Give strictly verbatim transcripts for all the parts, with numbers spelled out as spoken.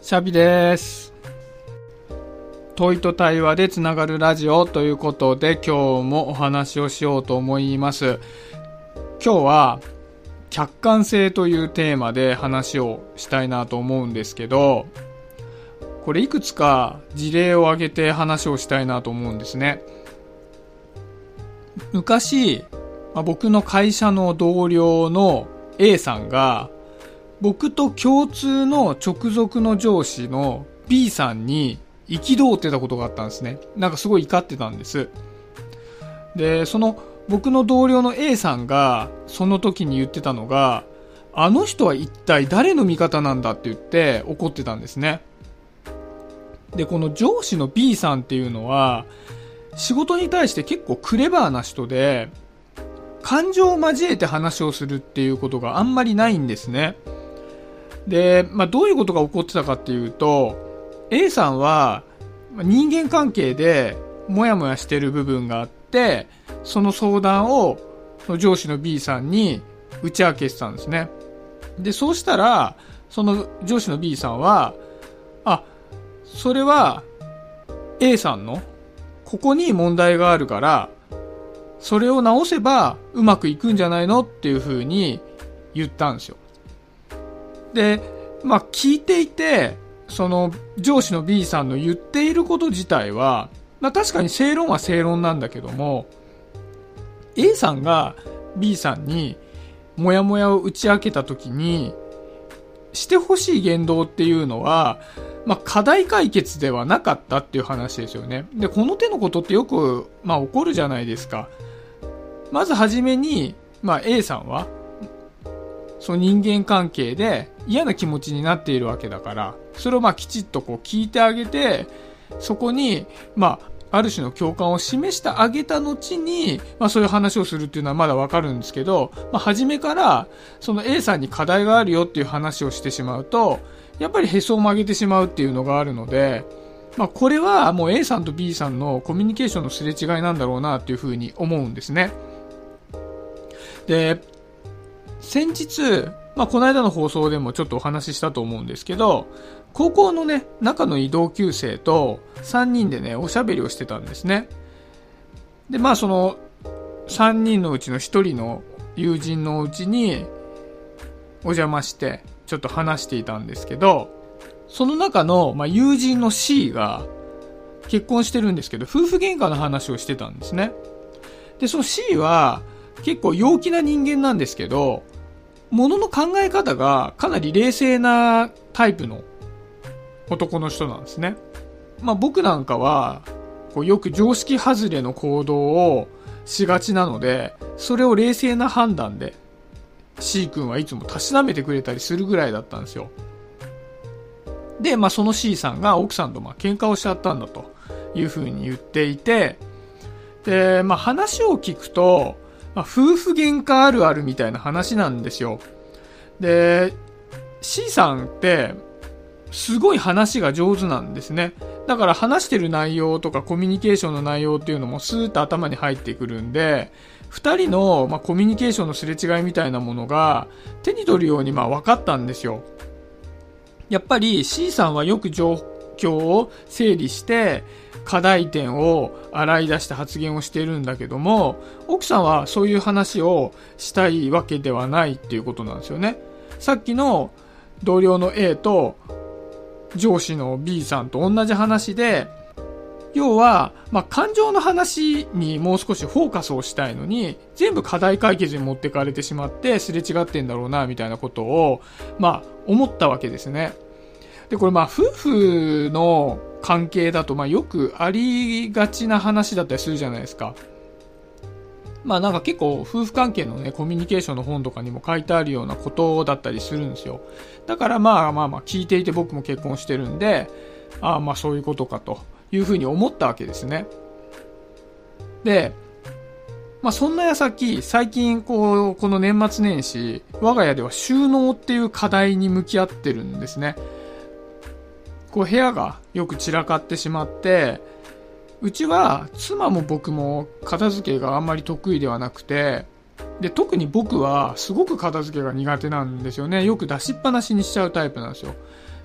シャビです。問いと対話でつながるラジオということで、今日もお話をしようと思います。今日は客観性というテーマで話をしたいなと思うんですけど、これいくつか事例を挙げて話をしたいなと思うんですね。昔、まあ、僕の会社の同僚の A さんが僕と共通の直属の上司の B さんに憤ってたことがあったんですね。なんかすごい怒ってたんです。で、その僕の同僚の A さんがその時に言ってたのが、あの人は一体誰の味方なんだって言って怒ってたんですね。で、この上司の B さんっていうのは仕事に対して結構クレバーな人で、感情を交えて話をするっていうことがあんまりないんですね。で、まあ、どういうことが起こってたかっていうと、A さんは人間関係でモヤモヤしてる部分があって、その相談をその上司の B さんに打ち明けてたんですね。で、そうしたらその上司の B さんは、あ、それは A さんのここに問題があるから、それを直せばうまくいくんじゃないのっていう風に言ったんですよ。で、まあ聞いていて、その上司の B さんの言っていること自体は、まあ確かに正論は正論なんだけども、A さんが B さんにモヤモヤを打ち明けた時にしてほしい言動っていうのは、まあ課題解決ではなかったっていう話ですよね。で、この手のことってよくまあ起こるじゃないですか。まずはじめに、まあ A さんはその人間関係で嫌な気持ちになっているわけだから、それをまあきちっとこう聞いてあげて、そこにまあある種の共感を示してあげた後に、まあそういう話をするっていうのはまだわかるんですけど、まあ初めからその A さんに課題があるよっていう話をしてしまうと、やっぱりへそを曲げてしまうっていうのがあるので、まあこれはもう A さんと B さんのコミュニケーションのすれ違いなんだろうなっていうふうに思うんですね。で、先日、まあ、この間の放送でもちょっとお話ししたと思うんですけど、高校のね、仲のいい同級生とさんにんでね、おしゃべりをしてたんですね。で、まあそのさんにんのうちのひとりの友人のうちにお邪魔してちょっと話していたんですけど、その中の、まあ、友人の C が結婚してるんですけど、夫婦喧嘩の話をしてたんですね。で、その C は結構陽気な人間なんですけど、物の考え方がかなり冷静なタイプの男の人なんですね。まあ僕なんかはこうよく常識外れの行動をしがちなので、それを冷静な判断で C 君はいつもたしなめてくれたりするぐらいだったんですよ。で、まあその C さんが奥さんとまあ喧嘩をしちゃったんだというふうに言っていて、で、まあ話を聞くと、まあ、夫婦喧嘩あるあるみたいな話なんですよ。で、C さんってすごい話が上手なんですね。だから話してる内容とかコミュニケーションの内容っていうのもスーッと頭に入ってくるんで、二人のまあコミュニケーションのすれ違いみたいなものが手に取るようにまあ分かったんですよ。やっぱり C さんはよく状況を整理して課題点を洗い出して発言をしているんだけども、奥さんはそういう話をしたいわけではないっていうことなんですよね。さっきの同僚の A と上司の B さんと同じ話で、要は、まあ、感情の話にもう少しフォーカスをしたいのに、全部課題解決に持ってかれてしまってすれ違ってんだろうなみたいなことを、まあ、思ったわけですね。で、これまあ夫婦の関係だとまあよくありがちな話だったりするじゃないですか。まあなんか結構夫婦関係のねコミュニケーションの本とかにも書いてあるようなことだったりするんですよ。だからまあまあまあ聞いていて僕も結婚してるんで、ああまあそういうことかというふうに思ったわけですね。で、まあそんな矢先、最近こうこの年末年始我が家では収納っていう課題に向き合ってるんですね。こう部屋がよく散らかってしまって、うちは妻も僕も片付けがあんまり得意ではなくて、で特に僕はすごく片付けが苦手なんですよね。よく出しっぱなしにしちゃうタイプなんですよ。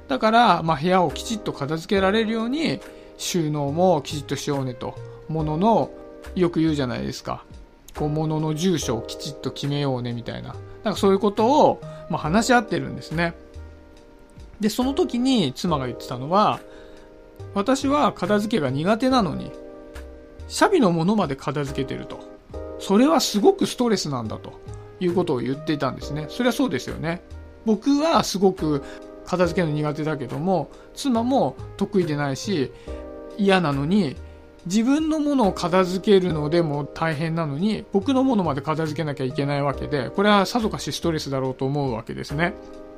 だから、まあ、部屋をきちっと片付けられるように収納もきちっとしようねと。物の、よく言うじゃないですか。こう物の住所をきちっと決めようねみたいな。なんかそういうことを、まあ、話し合ってるんですね。で、その時に妻が言ってたのは、私は片付けが苦手なのに、シャビのものまで片付けてると。それはすごくストレスなんだということを言っていたんですね。それはそうですよね。僕はすごく片付けの苦手だけども、妻も得意でないし嫌なのに、自分のものを片付けるのでも大変なのに、僕のものまで片付けなきゃいけないわけで、これはさぞかしストレスだろうと思うわけですね。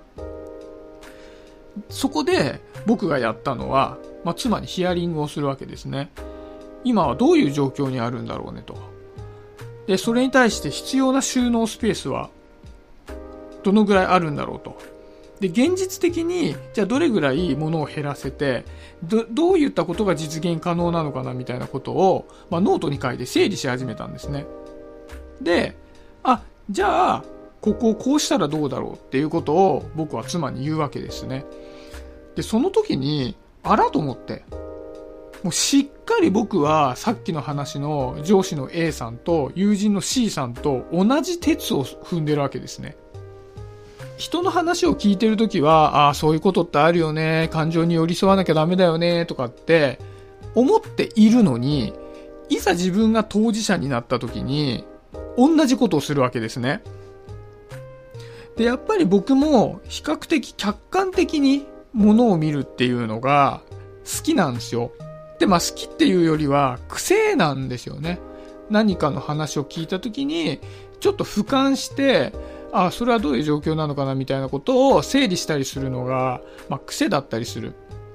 そこで僕がやったのは、まあ、妻にヒアリングをするわけですね。今はどういう状況にあるんだろうねと。で、それに対して必要な収納スペースはどのぐらいあるんだろうと。で、現実的にじゃあどれぐらい物を減らせて、ど、どういったことが実現可能なのかなみたいなことを、まあ、ノートに書いて整理し始めたんですね。で、あ、じゃあここをこうしたらどうだろうっていうことを僕は妻に言うわけですね。で、その時にあらと思って、もうしっかり僕はさっきの話の上司の A さんと友人の C さんと同じ鉄を踏んでるわけですね。人の話を聞いてるときは、ああ、そういうことってあるよね、感情に寄り添わなきゃダメだよね、とかって思っているのに、いざ自分が当事者になったときに、同じことをするわけですね。で、やっぱり僕も比較的客観的に物を見るっていうのが好きなんですよ。で、まあ好きっていうよりは癖なんですよね。何かの話を聞いたときに、ちょっと俯瞰して、あ、それはどういう状況なのかなみたいなことを整理したりするのが、まあ、癖だったりする。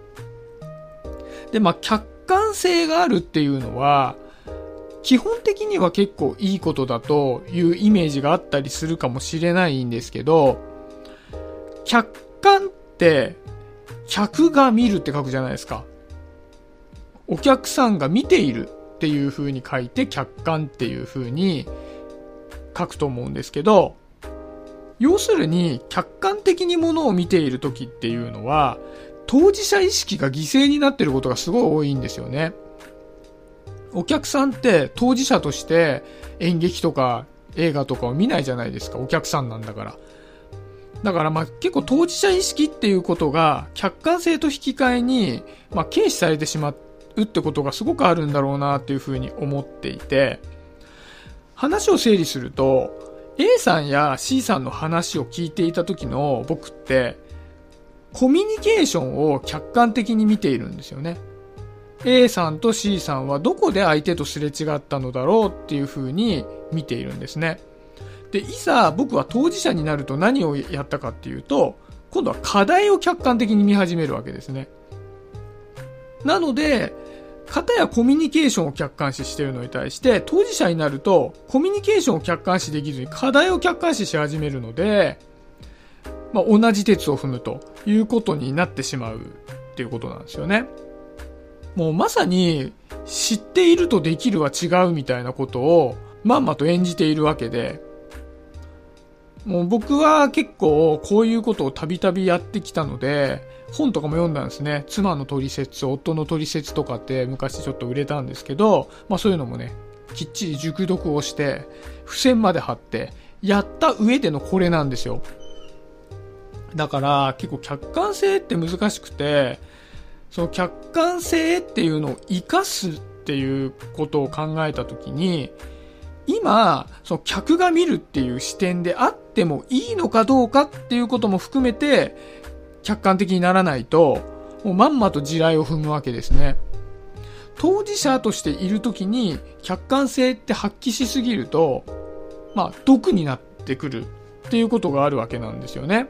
で、まあ、客観性があるっていうのは、基本的には結構いいことだというイメージがあったりするかもしれないんですけど、客観って、客が見るって書くじゃないですか。お客さんが見ているっていう風に書いて、客観っていう風に書くと思うんですけど、要するに客観的にものを見ている時っていうのは当事者意識が犠牲になっていることがすごい多いんですよね。お客さんって当事者として演劇とか映画とかを見ないじゃないですか。お客さんなんだから。だからまあ結構当事者意識っていうことが客観性と引き換えにまあ軽視されてしまうってことがすごくあるんだろうなっていうふうに思っていて、話を整理するとA さんや C さんの話を聞いていた時の僕ってコミュニケーションを客観的に見ているんですよね。A さんと C さんはどこで相手とすれ違ったのだろうっていう風に見ているんですね。で、いざ僕は当事者になると何をやったかっていうと、今度は課題を客観的に見始めるわけですね。なので、片やコミュニケーションを客観視しているのに対して、当事者になるとコミュニケーションを客観視できずに課題を客観視し始めるので、まあ、同じ鉄を踏むということになってしまうっていうことなんですよね。もうまさに知っているとできるは違うみたいなことをまんまと演じているわけで、もう僕は結構こういうことをたびたびやってきたので、本とかも読んだんですね。妻のトリセツ、夫のトリセツとかって昔ちょっと売れたんですけど、まあそういうのもね、きっちり熟読をして、付箋まで貼って、やった上でのこれなんですよ。だから結構客観性って難しくて、その客観性っていうのを活かすっていうことを考えたときに、今、その客が見るっていう視点であってもいいのかどうかっていうことも含めて、客観的にならないと、もうまんまと地雷を踏むわけですね。当事者としているときに客観性って発揮しすぎると、まあ毒になってくるっていうことがあるわけなんですよね。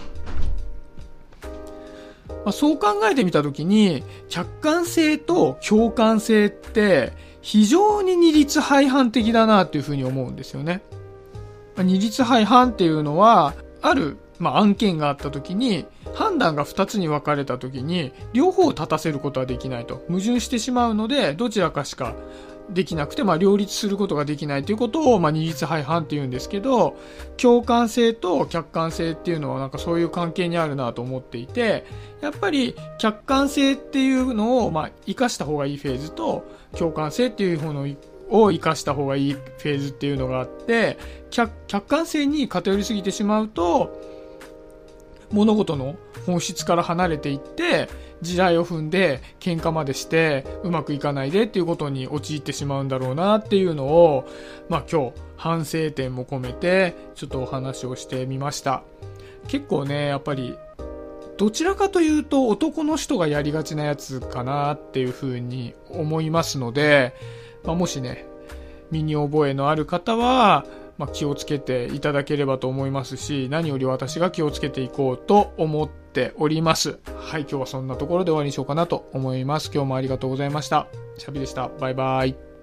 まあ、そう考えてみたときに、客観性と共感性って非常に二律背反的だなっていうふうに思うんですよね。まあ、二律背反っていうのは、ある、まあ、案件があったときに、判断が二つに分かれたときに、両方を立たせることはできないと。矛盾してしまうので、どちらかしかできなくて、まあ、両立することができないということを、まあ、二律背反って言うんですけど、共感性と客観性っていうのはなんかそういう関係にあるなと思っていて、やっぱり客観性っていうのを、まあ、生かした方がいいフェーズと、共感性っていうのを生かした方がいいフェーズっていうのがあって、客、客観性に偏りすぎてしまうと、物事の本質から離れていって、地雷を踏んで喧嘩までしてうまくいかないでっていうことに陥ってしまうんだろうなっていうのを、まあ今日反省点も込めてちょっとお話をしてみました。結構ね、やっぱりどちらかというと男の人がやりがちなやつかなっていうふうに思いますので、まあ、もしね、身に覚えのある方はまあ、気をつけていただければと思いますし、何より私が気をつけていこうと思っております。はい、今日はそんなところで終わりにしようかなと思います。今日もありがとうございました。シャビでした。バイバイ。